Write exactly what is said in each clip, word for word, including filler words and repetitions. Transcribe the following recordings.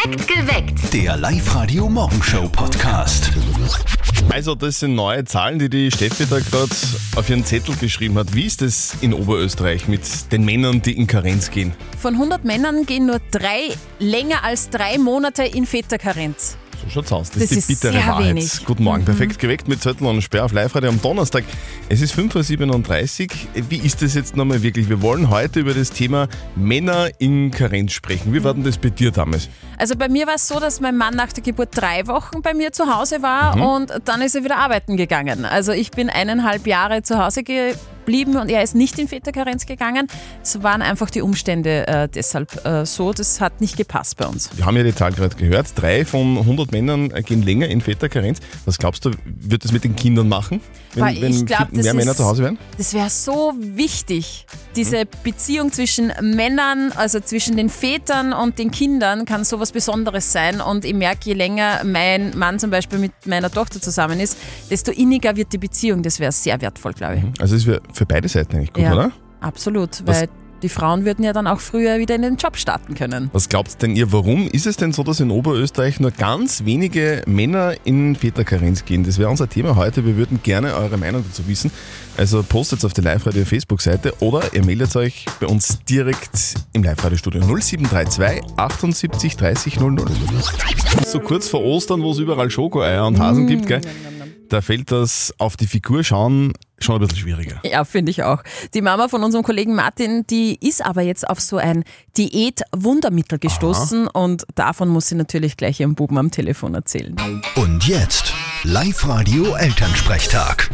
Perfekt geweckt. Der Live-Radio-Morgenshow-Podcast. Also das sind neue Zahlen, die die Steffi da gerade auf ihren Zettel geschrieben hat. Wie ist das in Oberösterreich mit den Männern, die in Karenz gehen? Von hundert Männern gehen nur drei länger als drei Monate in Väterkarenz. So schaut's aus. Das, Das ist die ist bittere sehr Wahrheit. wenig. Guten Morgen, perfekt geweckt mit Zettel und Sperr auf Live-Radio am Donnerstag. Es ist fünf Uhr siebenunddreißig. Wie ist das jetzt nochmal wirklich? Wir wollen heute über das Thema Männer in Karenz sprechen. Wie war denn das bei dir damals? Also bei mir war es so, dass mein Mann nach der Geburt drei Wochen bei mir zu Hause war Mhm. und dann ist er wieder arbeiten gegangen. Also ich bin eineinhalb Jahre zu Hause geblieben und er ist nicht in Väterkarenz gegangen. Es waren einfach die Umstände äh, deshalb äh, so. Das hat nicht gepasst bei uns. Wir haben ja die Zahl gerade gehört. Drei von hundert Männern gehen länger in Väterkarenz. Was glaubst du, wird das mit den Kindern machen, wenn, Weil ich wenn glaub, mehr das Männer ist- zu Hause wären? Das wäre so wichtig. Diese Beziehung zwischen Männern, also zwischen den Vätern und den Kindern, kann sowas Besonderes sein. Und ich merke, je länger mein Mann zum Beispiel mit meiner Tochter zusammen ist, desto inniger wird die Beziehung. Das wäre sehr wertvoll, glaube ich. Also es wäre für beide Seiten eigentlich gut, Ja, oder? absolut. Was- Weil die Frauen würden ja dann auch früher wieder in den Job starten können. Was glaubt denn ihr, warum ist es denn so, dass in Oberösterreich nur ganz wenige Männer in Väterkarenz gehen? Das wäre unser Thema heute. Wir würden gerne eure Meinung dazu wissen. Also postet auf der Live-Radio Facebook-Seite oder ihr meldet euch bei uns direkt im Live-Radio-Studio null sieben drei zwei achtundsiebzig dreißig null null. So kurz vor Ostern, wo es überall Schokoeier und Hasen gibt, gell? Da fällt das auf die Figur schauen schon ein bisschen schwieriger. Ja, finde ich auch. Die Mama von unserem Kollegen Martin, die ist aber jetzt auf so ein Diät-Wundermittel gestoßen und davon muss sie natürlich gleich ihrem Buben am Telefon erzählen. Und jetzt Live-Radio-Elternsprechtag.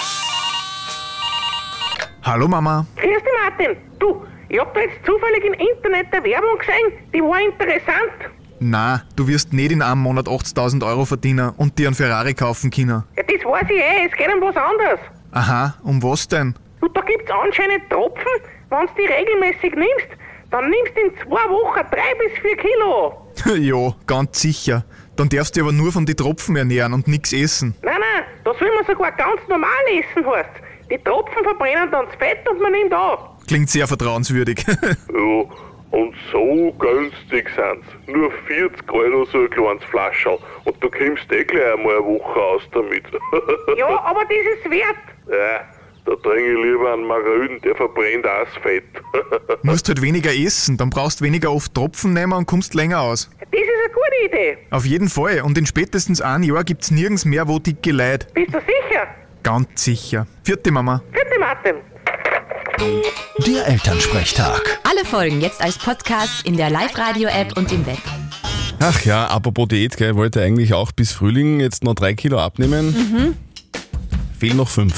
Hallo Mama. Grüß dich, Martin. Du, ich hab da jetzt zufällig im Internet eine Werbung gesehen, die war interessant. Na, du wirst nicht in einem Monat achtzigtausend Euro verdienen und dir einen Ferrari kaufen können. Ja, das weiß ich eh, es geht um was anderes. Aha, um was denn? Du, da gibt's anscheinend Tropfen, wenn du die regelmäßig nimmst, dann nimmst du in zwei Wochen drei bis vier Kilo. Ja, ganz sicher. Dann darfst du dich aber nur von den Tropfen ernähren und nichts essen. Nein, nein, da soll man sogar ganz normal essen, heißt. Die Tropfen verbrennen dann das Fett und man nimmt an. Klingt sehr vertrauenswürdig. Ja, und so günstig sind's. Nur vierzig Euro so ein kleines Flascherl. Und du kommst eh gleich einmal eine Woche aus damit. Ja, aber das ist wert. Ja, da trinke ich lieber einen Maröden, der verbrennt auch das Fett. Musst halt weniger essen, dann brauchst du weniger oft Tropfen nehmen und kommst länger aus. Das ist eine gute Idee. Auf jeden Fall. Und in spätestens einem Jahr gibt's nirgends mehr, wo dicke Leute. Bist du sicher? Ganz sicher. Vierte Mama. Bitte, Martin. Der Elternsprechtag. Alle Folgen jetzt als Podcast in der Live-Radio-App und im Web. Ach ja, apropos Diät, gell, ich wollte eigentlich auch bis Frühling jetzt noch drei Kilo abnehmen. Mhm. Fehlen noch fünf.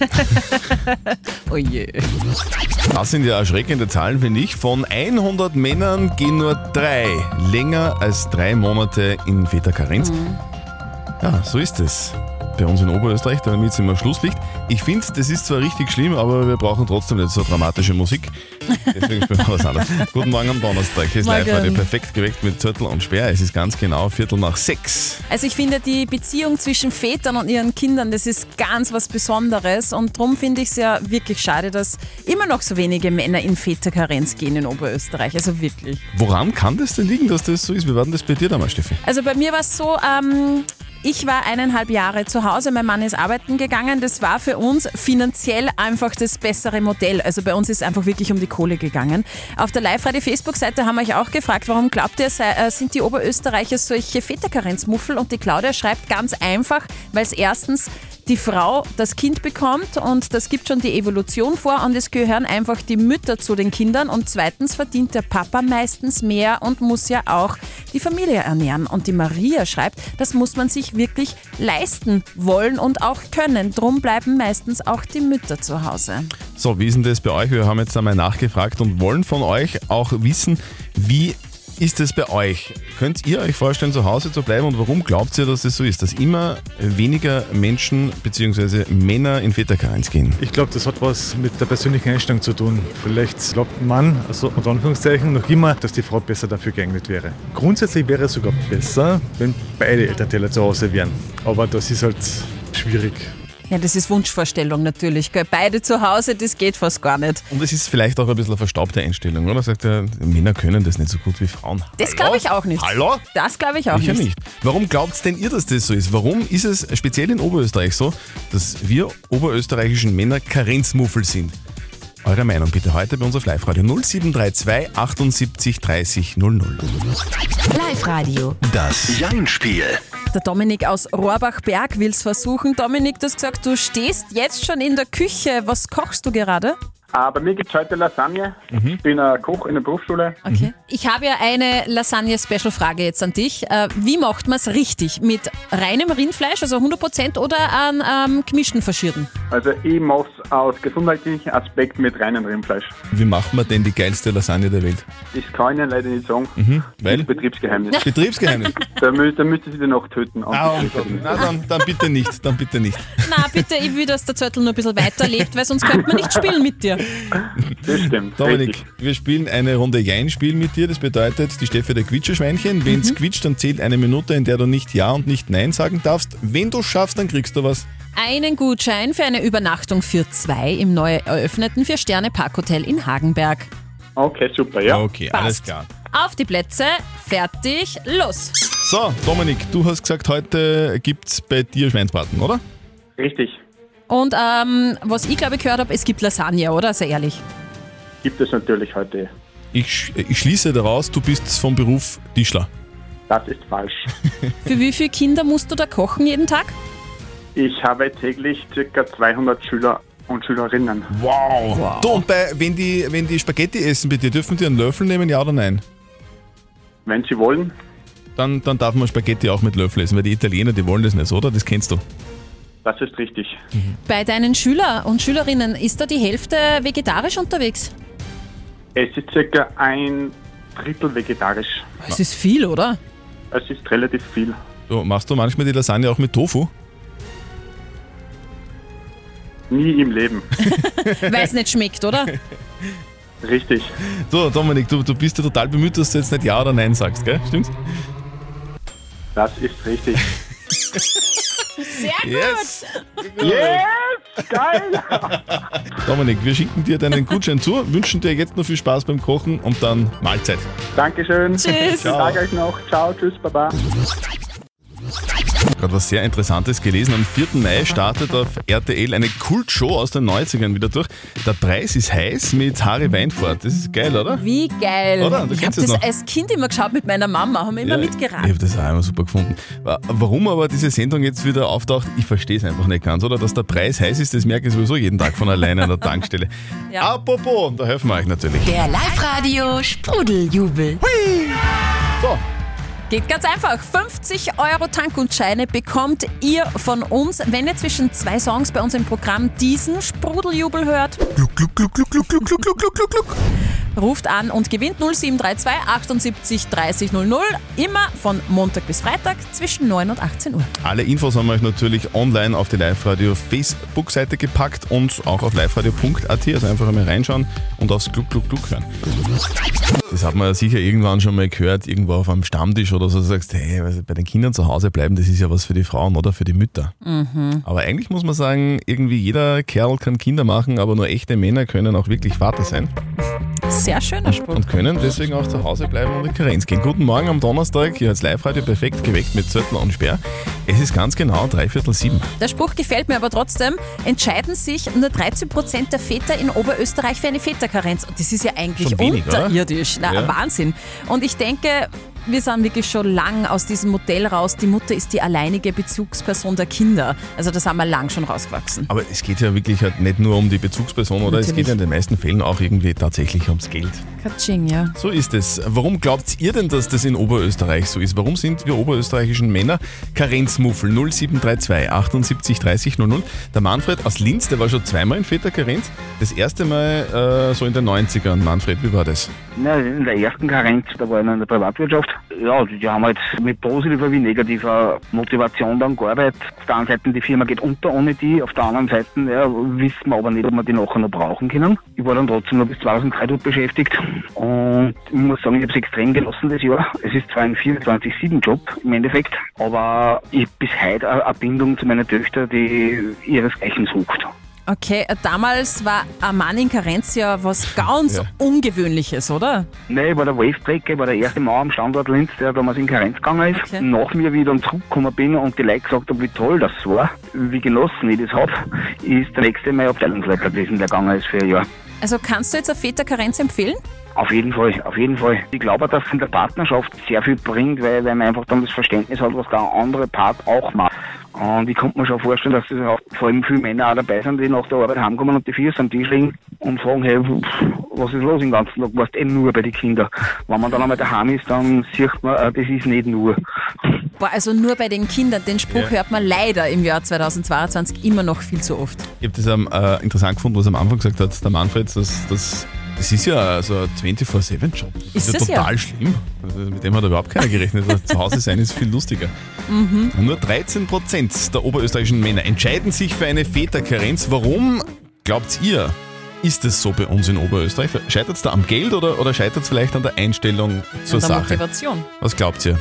Oh je. Das sind ja erschreckende Zahlen, finde ich. Von hundert Männern gehen nur drei länger als drei Monate in Väterkarenz. Ja, so ist es. Bei uns in Oberösterreich, damit sind wir Schlusslicht. Ich finde, das ist zwar richtig schlimm, aber wir brauchen trotzdem nicht so dramatische Musik. Deswegen spielen wir was anderes. Guten Morgen am Donnerstag. Hier ist Morgen. Live-Radio perfekt geweckt mit Zettel und Sperr. Es ist ganz genau Viertel nach sechs. Also ich finde, die Beziehung zwischen Vätern und ihren Kindern, das ist ganz was Besonderes und darum finde ich es ja wirklich schade, dass immer noch so wenige Männer in Väterkarenz gehen in Oberösterreich. Also wirklich. Woran kann das denn liegen, dass das so ist? Wie war denn das bei dir damals, Steffi? Also bei mir war es so, ähm, ich war eineinhalb Jahre zu Hause, mein Mann ist arbeiten gegangen. Das war für uns finanziell einfach das bessere Modell. Also bei uns ist es einfach wirklich um die Kohle gegangen. Auf der Live-Radio-Facebook-Seite haben wir euch auch gefragt, warum glaubt ihr, sei, äh, sind die Oberösterreicher solche Väterkarenzmuffel? Und die Claudia schreibt ganz einfach, weil es erstens die Frau das Kind bekommt und das gibt schon die Evolution vor und es gehören einfach die Mütter zu den Kindern und zweitens verdient der Papa meistens mehr und muss ja auch die Familie ernähren. Und die Maria schreibt, das muss man sich wirklich leisten wollen und auch können. Drum bleiben meistens auch die Mütter zu Hause. So, wie ist denn das bei euch? Wir haben jetzt einmal nachgefragt und wollen von euch auch wissen, wie ist es bei euch? Könnt ihr euch vorstellen, zu Hause zu bleiben und warum glaubt ihr, dass es so ist, dass immer weniger Menschen bzw. Männer in Väterkarenz gehen? Ich glaube, das hat was mit der persönlichen Einstellung zu tun. Vielleicht glaubt man, also unter Anführungszeichen, noch immer, dass die Frau besser dafür geeignet wäre. Grundsätzlich wäre es sogar besser, wenn beide Elternteile zu Hause wären. Aber das ist halt schwierig. Ja, das ist Wunschvorstellung natürlich. Gell? Beide zu Hause, das geht fast gar nicht. Und es ist vielleicht auch ein bisschen eine verstaubte Einstellung, oder? Sagt er, Männer können das nicht so gut wie Frauen. Das glaube ich auch nicht. Hallo? Das glaube ich auch Sicher nicht. nicht. Warum glaubt denn ihr, dass das so ist? Warum ist es speziell in Oberösterreich so, dass wir oberösterreichischen Männer Karenzmuffel sind? Eure Meinung bitte heute bei uns auf Live-Radio null sieben drei zwei achtundsiebzig dreißig null null. Live-Radio. Das Jein-Spiel. Der Dominik aus Rohrbach-Berg will es versuchen. Dominik, du hast gesagt, du stehst jetzt schon in der Küche. Was kochst du gerade? Ah, bei mir gibt es heute Lasagne. Mhm. Ich bin ein Koch in der Berufsschule. Okay. Ich habe ja eine Lasagne-Special-Frage jetzt an dich. Äh, Wie macht man es richtig? Mit reinem Rindfleisch, also hundert Prozent, oder an ähm, gemischten Verschierten? Also ich mache es aus gesundheitlichen Aspekt mit reinem Rindfleisch. Wie macht man denn die geilste Lasagne der Welt? Das kann ich Ihnen leider nicht sagen. Mhm. Weil? Das ist Betriebsgeheimnis. Betriebsgeheimnis. da, mü da müsste sie noch töten. Ah, na, dann, dann bitte nicht, dann bitte nicht. Na, bitte, ich will, dass der Zettel noch ein bisschen weiterlebt, weil sonst könnte man nicht spielen mit dir. Das stimmt. Dominik, richtig. wir spielen eine Runde Jein-Spiel mit dir. Das bedeutet, die Steffi der Quitscherschweinchen. Wenn es quietscht, dann zählt eine Minute, in der du nicht Ja und nicht Nein sagen darfst. Wenn du schaffst, dann kriegst du was. Einen Gutschein für eine Übernachtung für zwei im neu eröffneten Vier-Sterne-Parkhotel in Hagenberg. Okay, super, ja. Okay, Passt. alles klar. Auf die Plätze, fertig, los. So, Dominik, du hast gesagt, heute gibt es bei dir Schweinsbraten, oder? Richtig. Und ähm, was ich glaube ich gehört habe, es gibt Lasagne, oder? Sehr ehrlich. Gibt es natürlich heute. Ich, sch- ich schließe daraus, du bist vom Beruf Tischler. Das ist falsch. Für wie viele Kinder musst du da kochen jeden Tag? Ich habe täglich ca. zweihundert Schüler und Schülerinnen. Wow. Wow. Du, und bei, wenn, die, wenn die Spaghetti essen bei dir, dürfen die einen Löffel nehmen, ja oder nein? Wenn Sie wollen, Dann, dann darf man Spaghetti auch mit Löffel essen, weil die Italiener, die wollen das nicht, oder? Das kennst du. das ist richtig. Bei deinen Schüler und Schülerinnen ist da die Hälfte vegetarisch unterwegs? Es ist ca. ein Drittel vegetarisch. Das ist viel, oder? Es ist relativ viel. Du, machst du manchmal die Lasagne auch mit Tofu? Nie im Leben. Weil es nicht schmeckt, oder? Richtig. So, Dominik, du, du bist ja total bemüht, dass du jetzt nicht Ja oder Nein sagst, gell? Stimmt's? Das ist richtig. Sehr gut. Yes! Yes! Geil! Dominik, wir schicken dir deinen Gutschein zu, wünschen dir jetzt noch viel Spaß beim Kochen und dann Mahlzeit. Dankeschön. Tschüss. Ciao. Tag euch noch. Ciao, tschüss, baba. Gerade was sehr Interessantes gelesen. Am vierten Mai startet auf R T L eine Kultshow aus den neunzigern wieder durch. Der Preis ist heiß mit Harry Weinfurt. Das ist geil, oder? Wie geil. Oder? Du Ich habe kennst es das noch. als Kind immer geschaut mit meiner Mama, haben wir immer Ich mitgeraten. habe das auch immer super gefunden. Warum aber diese Sendung jetzt wieder auftaucht, ich verstehe es einfach nicht ganz, oder? Dass der Preis heiß ist, das merke ich sowieso jeden Tag von alleine an der Tankstelle. Ja. Apropos, da helfen wir euch natürlich. Der Live-Radio Sprudeljubel. So, Geht ganz einfach. fünfzig Euro Tankgutscheine bekommt ihr von uns, wenn ihr zwischen zwei Songs bei uns im Programm diesen Sprudeljubel hört. gluck, gluck, gluck, gluck, gluck, gluck, gluck, gluck, gluck, gluck. Ruft an und gewinnt null sieben drei zwei achtundsiebzig dreißig null null. Immer von Montag bis Freitag zwischen neun und achtzehn Uhr. Alle Infos haben wir euch natürlich online auf die Live-Radio Facebook-Seite gepackt und auch auf liveradio punkt a t, also einfach einmal reinschauen und aufs Gluck, Gluck, Gluck hören. Das hat man ja sicher irgendwann schon mal gehört, irgendwo auf einem Stammtisch oder so, du sagst, hey, also bei den Kindern zu Hause bleiben, das ist ja was für die Frauen oder für die Mütter. Mhm. Aber eigentlich muss man sagen, irgendwie jeder Kerl kann Kinder machen, aber nur echte Männer können auch wirklich Vater sein Sehr schöner Spruch. und können deswegen auch zu Hause bleiben und in Karenz gehen. Guten Morgen am Donnerstag, hier als Live-Radio perfekt geweckt mit Zettel und Sperr. Es ist ganz genau dreiviertel sieben. Der Spruch gefällt mir aber trotzdem. Entscheiden sich nur dreizehn Prozent der Väter in Oberösterreich für eine Väterkarenz. Und das ist ja eigentlich Schon wenig, oder? unterirdisch. Na, Ja. Wahnsinn. Und ich denke, wir sind wirklich schon lang aus diesem Modell raus. Die Mutter ist die alleinige Bezugsperson der Kinder. Also da sind wir lang schon rausgewachsen. Aber es geht ja wirklich halt nicht nur um die Bezugsperson, oder? Es Natürlich. geht ja in den meisten Fällen auch irgendwie tatsächlich ums Geld. Katsching, ja. So ist es. Warum glaubt ihr denn, dass das in Oberösterreich so ist? Warum sind wir oberösterreichischen Männer Karenzmuffel? null sieben drei zwei achtundsiebzig dreißig null null. Der Manfred aus Linz, der war schon zweimal in Väterkarenz. Das erste Mal äh, so in den neunzigern. Manfred, wie war das? Ja, in der ersten Karenz, da war ich noch in der Privatwirtschaft Ja, die haben halt mit positiver wie negativer Motivation dann gearbeitet. Auf der einen Seite, die Firma geht unter ohne die, auf der anderen Seite ja, wissen wir aber nicht, ob wir die nachher noch brauchen können. Ich war dann trotzdem noch bis zweitausenddrei dort beschäftigt und ich muss sagen, ich habe es extrem genossen das Jahr. Es ist zwar ein vierundzwanzig sieben Job im Endeffekt, aber ich habe bis heute eine Bindung zu meiner Töchter, die ihresgleichen sucht. Okay, damals war ein Mann in Karenz ja was ganz Ja. Ungewöhnliches, oder? Nein, ich war der Wave-Trecker, ich war der erste Mann am Standort Linz, der damals in Karenz gegangen ist. Okay. Nach mir, wie ich dann zurückgekommen bin und die Leute gesagt haben, wie toll das war, wie genossen ich das habe, ist der nächste mein Abteilungsleiter gewesen, der gegangen ist für ein Jahr. Also kannst du jetzt eine Väterkarenz empfehlen? Auf jeden Fall, auf jeden Fall. Ich glaube, dass es in der Partnerschaft sehr viel bringt, weil, weil man einfach dann das Verständnis hat, was der andere Part auch macht. Und ich kann mir schon vorstellen, dass das auch vor allem viele Männer auch dabei sind, die nach der Arbeit heimkommen und die Füße am Tisch liegen und fragen, hey, was ist los den ganzen Tag? Warst eh nur bei den Kindern. Wenn man dann einmal daheim ist, dann sieht man, äh, das ist nicht nur. Boah, also nur bei den Kindern. Den Spruch Ja. hört man leider im Jahr zweitausendzweiundzwanzig immer noch viel zu oft. Ich habe das ähm, äh, interessant gefunden, was er am Anfang gesagt hat, der Manfred, dass das. Das ist ja so ein vierundzwanzig sieben Job. Das Ist ist ja es ja. total schlimm. Also mit dem hat überhaupt keiner gerechnet. Also zu Hause sein ist viel lustiger. Mhm. Und nur dreizehn Prozent der oberösterreichischen Männer entscheiden sich für eine Väterkarenz. Warum, glaubt ihr, ist es so bei uns in Oberösterreich? Scheitert es da am Geld oder, oder scheitert es vielleicht an der Einstellung zur der Sache? Motivation. Was glaubt ihr?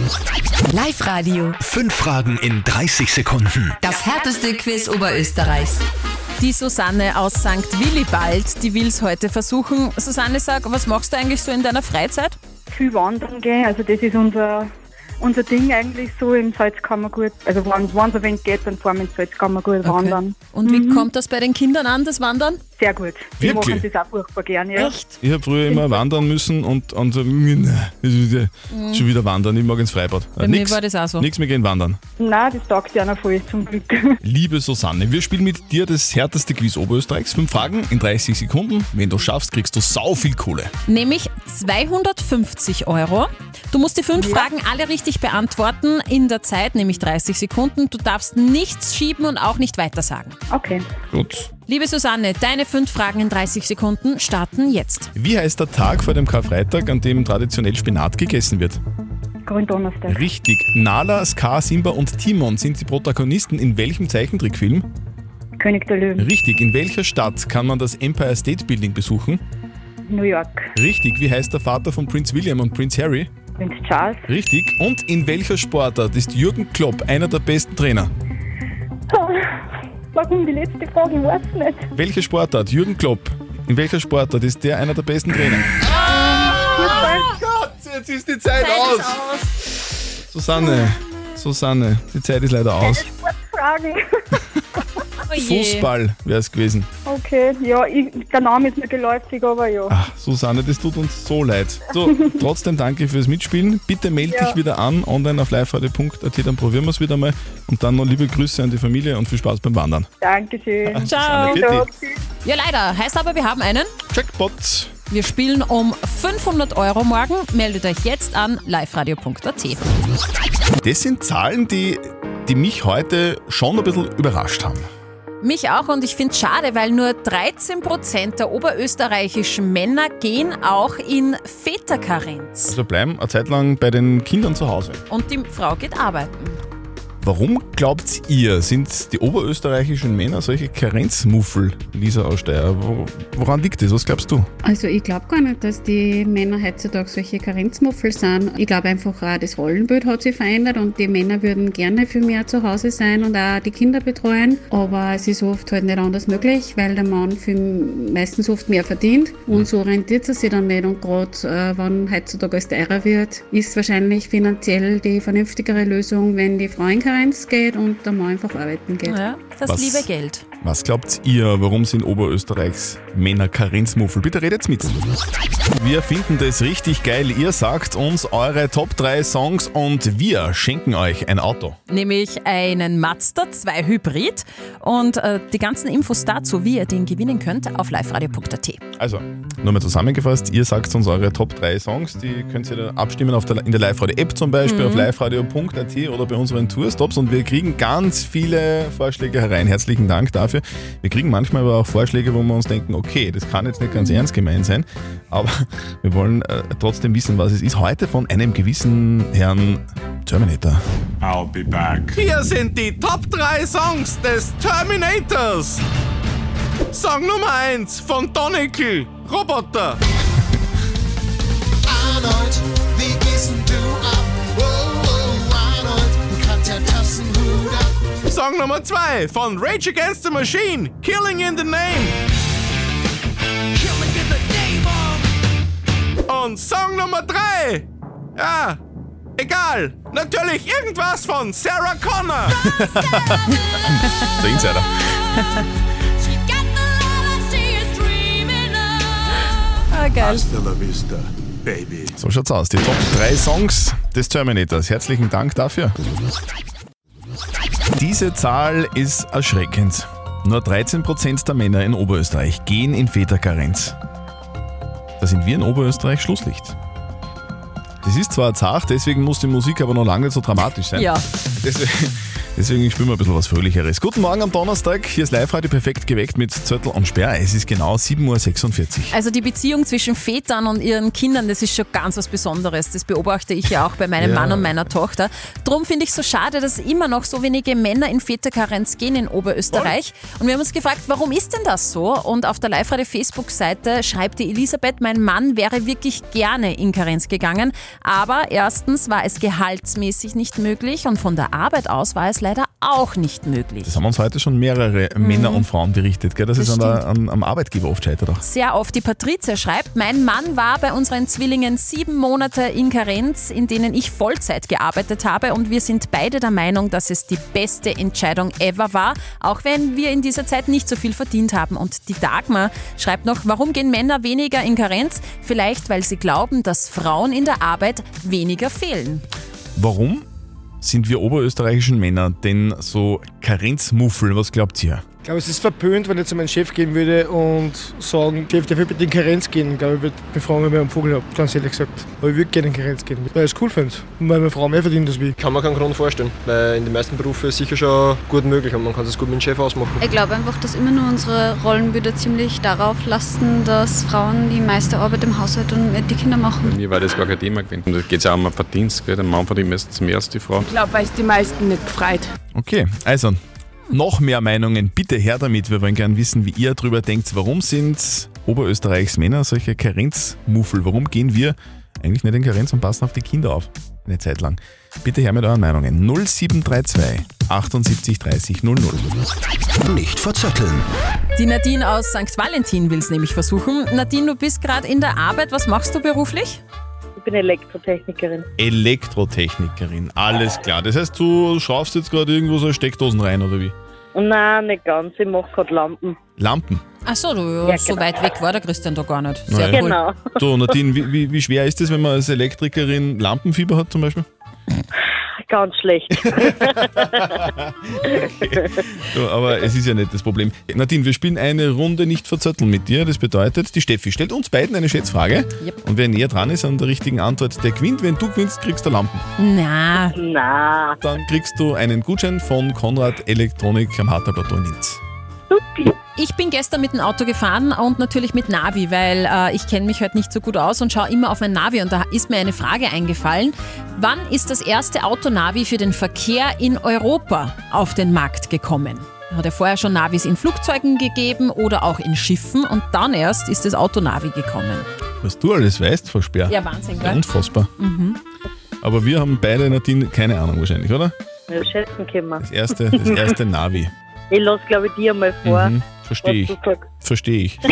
Live-Radio. Fünf Fragen in dreißig Sekunden. Das härteste Quiz Oberösterreichs. Die Susanne aus Sankt Willibald, die will es heute versuchen. Susanne, sag, was machst du eigentlich so in deiner Freizeit? Viel wandern gehen, also das ist unser, unser Ding eigentlich so im Salzkammergut. Also wenn es ein wenig geht, dann fahren wir ins Salzkammergut wandern. Und wie kommt das bei den Kindern an, das Wandern? Sehr gut. Die Wirklich? machen das auch furchtbar gern, ja. Echt? Ich habe früher immer wandern müssen und, und so, nein, das ist ja schon wieder wandern, ich mag ins Freibad. Bei mir war das auch so. Nix mehr gehen wandern. Nein, das taugt ja noch voll, zum Glück. Liebe Susanne, wir spielen mit dir das härteste Quiz Oberösterreichs. Fünf Fragen in dreißig Sekunden. Wenn du schaffst, kriegst du sau viel Kohle. Nämlich zweihundertfünfzig Euro. Du musst die fünf Fragen alle richtig beantworten in der Zeit, nämlich dreißig Sekunden. Du darfst nichts schieben und auch nicht weitersagen. Okay. Gut. Liebe Susanne, deine fünf Fragen in dreißig Sekunden starten jetzt. Wie heißt der Tag vor dem Karfreitag, an dem traditionell Spinat gegessen wird? Gründonnerstag. Richtig. Nala, Scar, Simba und Timon sind die Protagonisten in welchem Zeichentrickfilm? König der Löwen. Richtig. In welcher Stadt kann man das Empire State Building besuchen? New York. Richtig. Wie heißt der Vater von Prinz William und Prinz Harry? Prinz Charles. Richtig. Und in welcher Sportart ist Jürgen Klopp einer der besten Trainer? Warum die letzte Frage? Ich weiß nicht. Welche Sportart? Jürgen Klopp. In welcher Sportart ist der einer der besten Trainer? Oh Gott, jetzt ist die Zeit, aus. Susanne, Susanne, die Zeit ist leider aus. Sportfragen. Oh je. Fußball wäre es gewesen. Okay, ja, ich, der Name ist mir geläufig, aber ja. Ach, Susanne, das tut uns so leid. So, trotzdem danke fürs Mitspielen. Bitte melde Ja. dich wieder an, online auf liveradio punkt a t, dann probieren wir es wieder mal. Und dann noch liebe Grüße an die Familie und viel Spaß beim Wandern. Dankeschön. Ciao. Susanne, Fitti. Ja, leider. Heißt aber, wir haben einen. Jackpot. Wir spielen um fünfhundert Euro morgen. Meldet euch jetzt an liveradio punkt a t. Das sind Zahlen, die, die mich heute schon ein bisschen überrascht haben. Mich auch, und ich finde es schade, weil nur dreizehn Prozent der oberösterreichischen Männer gehen auch in Väterkarenz. Also bleiben eine Zeit lang bei den Kindern zu Hause. Und die Frau geht arbeiten. Warum glaubt ihr, sind die oberösterreichischen Männer solche Karenzmuffel, Lisa aus Steyr? Wo, woran liegt das? Was glaubst du? Also ich glaube gar nicht, dass die Männer heutzutage solche Karenzmuffel sind. Ich glaube einfach auch, das Rollenbild hat sich verändert und die Männer würden gerne viel mehr zu Hause sein und auch die Kinder betreuen. Aber es ist oft halt nicht anders möglich, weil der Mann viel, meistens oft mehr verdient und so rentiert es sich dann nicht. Und gerade äh, wenn heutzutage alles teurer wird, ist wahrscheinlich finanziell die vernünftigere Lösung, wenn die Frau in Karenz geht und der Mann einfach arbeiten geht. Ja, das Was? liebe Geld. Was glaubt ihr, warum sind Oberösterreichs Männer Karenzmuffel? Bitte redet mit. Wir finden das richtig geil. Ihr sagt uns eure Top drei Songs und wir schenken euch ein Auto. Nämlich einen Mazda zwei Hybrid. Und äh, die ganzen Infos dazu, wie ihr den gewinnen könnt, auf liveradio punkt a t. Also, nur mal zusammengefasst, ihr sagt uns eure Top drei Songs, die könnt ihr dann abstimmen auf der, in der Live-Radio-App zum Beispiel, Mhm. auf liveradio punkt a t oder bei unseren Tours. Tops und wir kriegen ganz viele Vorschläge herein. Herzlichen Dank dafür. Wir kriegen manchmal aber auch Vorschläge, wo wir uns denken, okay, das kann jetzt nicht ganz ernst gemeint sein, aber wir wollen äh, trotzdem wissen, was es ist. Heute von einem gewissen Herrn Terminator. I'll be back. Hier sind die Top drei Songs des Terminators. Song Nummer eins von Donegal, Roboter. Arnold, wie gehst du ab? Oh, oh, Arnold, kann der Tassenhut ab. Song Nummer zwei von Rage Against the Machine, Killing in the Name. Killing in the Name of. Und Song Nummer drei, ja, egal, natürlich irgendwas von Sarah Connor. Der Insider. Ah, geil. Hasta la vista, baby. So schaut's aus. Die Top drei Songs des Terminators. Herzlichen Dank dafür. Diese Zahl ist erschreckend. Nur dreizehn Prozent der Männer in Oberösterreich gehen in Väterkarenz. Da sind wir in Oberösterreich Schlusslicht. Das ist zwar zart, deswegen muss die Musik aber noch lange nicht so dramatisch sein. Ja. Deswegen, deswegen spielen wir ein bisschen was Fröhlicheres. Guten Morgen am Donnerstag. Hier ist Live-Radio perfekt geweckt mit Zöttl und Sperr. Es ist genau sieben Uhr sechsundvierzig. Also die Beziehung zwischen Vätern und ihren Kindern, das ist schon ganz was Besonderes. Das beobachte ich ja auch bei meinem Ja. Mann und meiner Tochter. Drum finde ich es so schade, dass immer noch so wenige Männer in Väterkarenz gehen in Oberösterreich. Und wir haben uns gefragt, warum ist denn das so? Und auf der Live-Radio-Facebook-Seite schreibt die Elisabeth, mein Mann wäre wirklich gerne in Karenz gegangen. Aber erstens war es gehaltsmäßig nicht möglich und von der Arbeit aus war es leider auch nicht möglich. Das haben uns heute schon mehrere Mhm. Männer und Frauen berichtet, gell? dass Das es an der, an, am Arbeitgeber oft scheitert auch. Sehr oft. Die Patricia schreibt, mein Mann war bei unseren Zwillingen sieben Monate in Karenz, in denen ich Vollzeit gearbeitet habe und wir sind beide der Meinung, dass es die beste Entscheidung ever war, auch wenn wir in dieser Zeit nicht so viel verdient haben. Und die Dagmar schreibt noch, warum gehen Männer weniger in Karenz? Vielleicht, weil sie glauben, dass Frauen in der Arbeit weniger fehlen. Warum sind wir oberösterreichischen Männer denn so Karenzmuffel? Was glaubt ihr? Ich glaube, es ist verpönt, wenn ich zu meinem Chef gehen würde und sagen, Chef, der will bitte in Karenz gehen. Ich glaube, ich würde mich fragen, ob ich einen Vogel habe, ganz ehrlich gesagt. Aber ich würde gerne in Karenz gehen, weil ich es cool finde. Und weil meine Frau mehr verdient als ich. Kann man keinen Grund vorstellen, weil in den meisten Berufen ist es sicher schon gut möglich und man kann es gut mit dem Chef ausmachen. Ich glaube einfach, dass immer nur unsere Rollenbilder ziemlich darauf lasten, dass Frauen die meiste Arbeit im Haushalt und mit die Kinder machen. Bei mir war das gar kein Thema gewesen. Und da geht es ja auch um einen Verdienst. Gell? Der Mann verdient meistens mehr als die Frau. Ich glaube, weil es die meisten nicht gefreut. Okay, also noch mehr Meinungen, bitte her damit. Wir wollen gerne wissen, wie ihr darüber denkt. Warum sind Oberösterreichs Männer solche Karenzmuffel? Warum gehen wir eigentlich nicht in Karenz und passen auf die Kinder auf? Eine Zeit lang. Bitte her mit euren Meinungen. null sieben drei zwei achtundsiebzig dreißig null null. Nicht verzetteln. Die Nadine aus Sankt Valentin will es nämlich versuchen. Nadine, du bist gerade in der Arbeit. Was machst du beruflich? Ich bin Elektrotechnikerin. Elektrotechnikerin, alles klar. Das heißt, du schraubst jetzt gerade irgendwo so Steckdosen rein, oder wie? Nein, nicht ganz. Ich mache gerade Lampen. Lampen? Ach so, du, Ja, so genau. weit weg war der Christian da gar nicht. Sehr Naja. cool. Genau. So, Nadine, wie, wie, wie schwer ist es, wenn man als Elektrikerin Lampenfieber hat zum Beispiel? Ganz schlecht. So, aber es ist ja nicht das Problem. Nadine, wir spielen eine Runde nicht verzötteln mit dir. Das bedeutet, die Steffi stellt uns beiden eine Schätzfrage. Yep. Und wer näher dran ist an der richtigen Antwort, der gewinnt. Wenn du gewinnst, kriegst du Lampen. Na. Na. Dann kriegst du einen Gutschein von Konrad Elektronik am Harterplateau in Linz. Ich bin gestern mit dem Auto gefahren und natürlich mit Navi, weil äh, ich kenne mich heute nicht so gut aus und schaue immer auf mein Navi und da ist mir eine Frage eingefallen. Wann ist das erste Autonavi für den Verkehr in Europa auf den Markt gekommen? Hat ja vorher schon Navis in Flugzeugen gegeben oder auch in Schiffen und dann erst ist das Autonavi gekommen. Was du alles weißt, Frau Speer. Ja, Wahnsinn, Ja, gell? unfassbar. Mhm. Aber wir haben beide, Nadine, keine Ahnung wahrscheinlich, oder? Ja, schätzen können wir. Das erste, das erste Navi. Ich lasse, glaube ich, dir mal vor. Mhm, verstehe ich. was du sagst. Verstehe ich.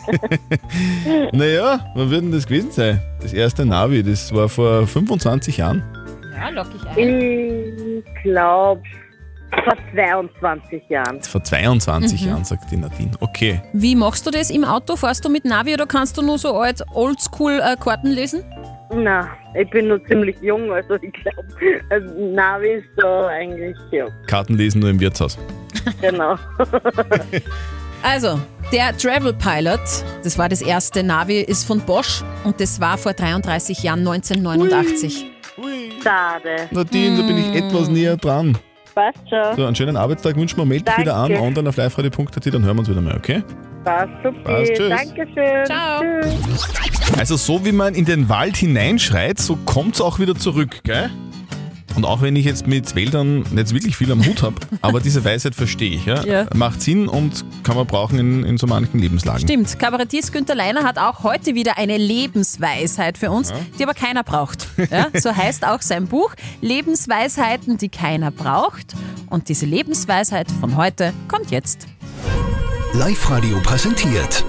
Naja, wann wird denn das gewesen sein? Das erste Navi, das war vor fünfundzwanzig Jahren. Ja, lock ich ein. Ich glaube, vor zweiundzwanzig Jahren. Vor zweiundzwanzig Mhm. Jahren, sagt die Nadine. Okay. Wie machst du das im Auto? Fährst du mit Navi oder kannst du nur so alt Oldschool-Karten lesen? Nein, ich bin noch ziemlich jung, also ich glaube, also Navi ist da eigentlich, ja, Karten lesen nur im Wirtshaus. genau. Also, der Travel Pilot, das war das erste Navi, ist von Bosch und das war vor dreiunddreißig Jahren, neunzehnhundertneunundachtzig. Schade. Nadine, da bin ich etwas näher dran. Passt schon. So, einen schönen Arbeitstag wünschen wir. Meld dich wieder an, Danke. online auf live radio punkt a t, dann hören wir uns wieder mal, okay? Passt, super. Passt, tschüss. Dankeschön. Ciao. Tschüss. Also so wie man in den Wald hineinschreit, so kommt es auch wieder zurück, gell? Und auch wenn ich jetzt mit Wäldern nicht wirklich viel am Hut habe, aber diese Weisheit verstehe ich. Ja? Ja. Macht Sinn und kann man brauchen in, in so manchen Lebenslagen. Stimmt, Kabarettist Günther Leiner hat auch heute wieder eine Lebensweisheit für uns, Ja. die aber keiner braucht. Ja, so heißt auch sein Buch, Lebensweisheiten, die keiner braucht. Und diese Lebensweisheit von heute kommt jetzt. Live-Radio präsentiert.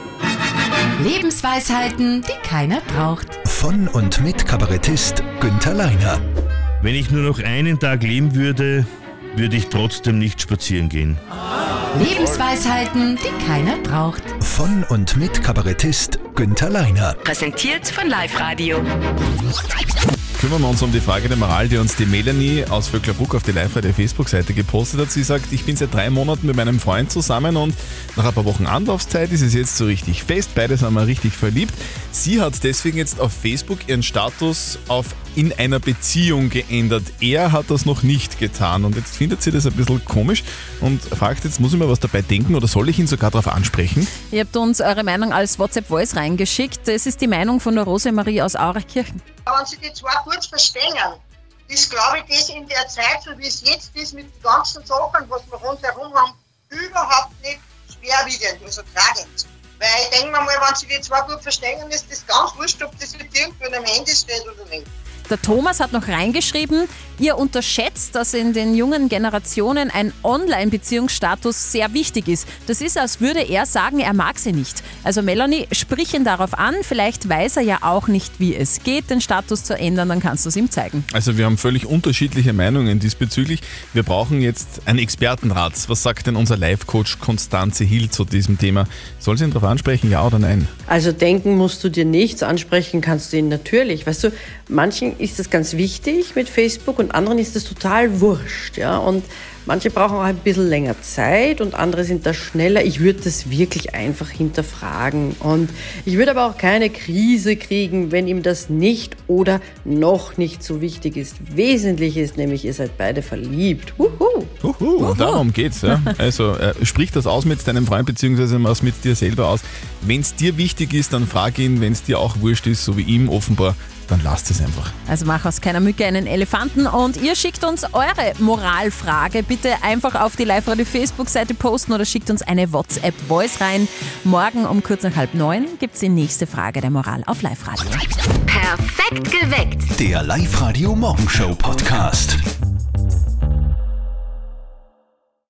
Lebensweisheiten, die keiner braucht. Von und mit Kabarettist Günther Leiner. Wenn ich nur noch einen Tag leben würde, würde ich trotzdem nicht spazieren gehen. Lebensweisheiten, die keiner braucht. Von und mit Kabarettist Günther Leiner. Präsentiert von Live Radio. Kümmern wir uns um die Frage der Moral, die uns die Melanie aus Vöcklerbruck auf die Live-Radio-Facebook-Seite gepostet hat. Sie sagt, ich bin seit drei Monaten mit meinem Freund zusammen und nach ein paar Wochen Anlaufzeit ist es jetzt so richtig fest. Beide sind mal richtig verliebt. Sie hat deswegen jetzt auf Facebook ihren Status auf in einer Beziehung geändert. Er hat das noch nicht getan und jetzt findet sie das ein bisschen komisch und fragt jetzt, muss ich mir was dabei denken oder soll ich ihn sogar darauf ansprechen? Ihr habt uns eure Meinung als WhatsApp-Voice reingeschickt. Das ist die Meinung von der Rosemarie aus Aurachkirchen. Wenn sie die zwei gut verstehen, ist, glaube ich, das in der Zeit, so wie es jetzt ist, mit den ganzen Sachen, was wir rundherum haben, überhaupt nicht schwerwiegend, also tragend. Weil ich denke mir mal, wenn sie die zwei gut verstehen, ist das ganz wurscht, ob das jetzt irgendwo in einem Handy steht oder nicht. Der Thomas hat noch reingeschrieben, ihr unterschätzt, dass in den jungen Generationen ein Online-Beziehungsstatus sehr wichtig ist. Das ist, als würde er sagen, er mag sie nicht. Also Melanie, sprich ihn darauf an, vielleicht weiß er ja auch nicht, wie es geht, den Status zu ändern, dann kannst du es ihm zeigen. Also wir haben völlig unterschiedliche Meinungen diesbezüglich. Wir brauchen jetzt einen Expertenrat. Was sagt denn unser Live-Coach Konstanze Hill zu diesem Thema? Soll sie ihn darauf ansprechen, ja oder nein? Also denken musst du dir nichts, ansprechen kannst du ihn natürlich. Weißt du, manchen ist das ganz wichtig mit Facebook und anderen ist das total wurscht. Ja? Und manche brauchen auch ein bisschen länger Zeit und andere sind da schneller. Ich würde das wirklich einfach hinterfragen. Und ich würde aber auch keine Krise kriegen, wenn ihm das nicht oder noch nicht so wichtig ist. Wesentlich ist nämlich, ihr seid beide verliebt. Wuhu. Uhu, und darum geht's. Ja. Also äh, sprich das aus mit deinem Freund beziehungsweise was mit dir selber aus. Wenn es dir wichtig ist, dann frag ihn. Wenn es dir auch wurscht ist, so wie ihm offenbar, dann lasst es einfach. Also mach aus keiner Mücke einen Elefanten und ihr schickt uns eure Moralfrage. Bitte einfach auf die Live-Radio-Facebook-Seite posten oder schickt uns eine WhatsApp-Voice rein. Morgen um kurz nach halb neun gibt es die nächste Frage der Moral auf Live-Radio. Perfekt geweckt. Der Live-Radio Morgenshow Podcast.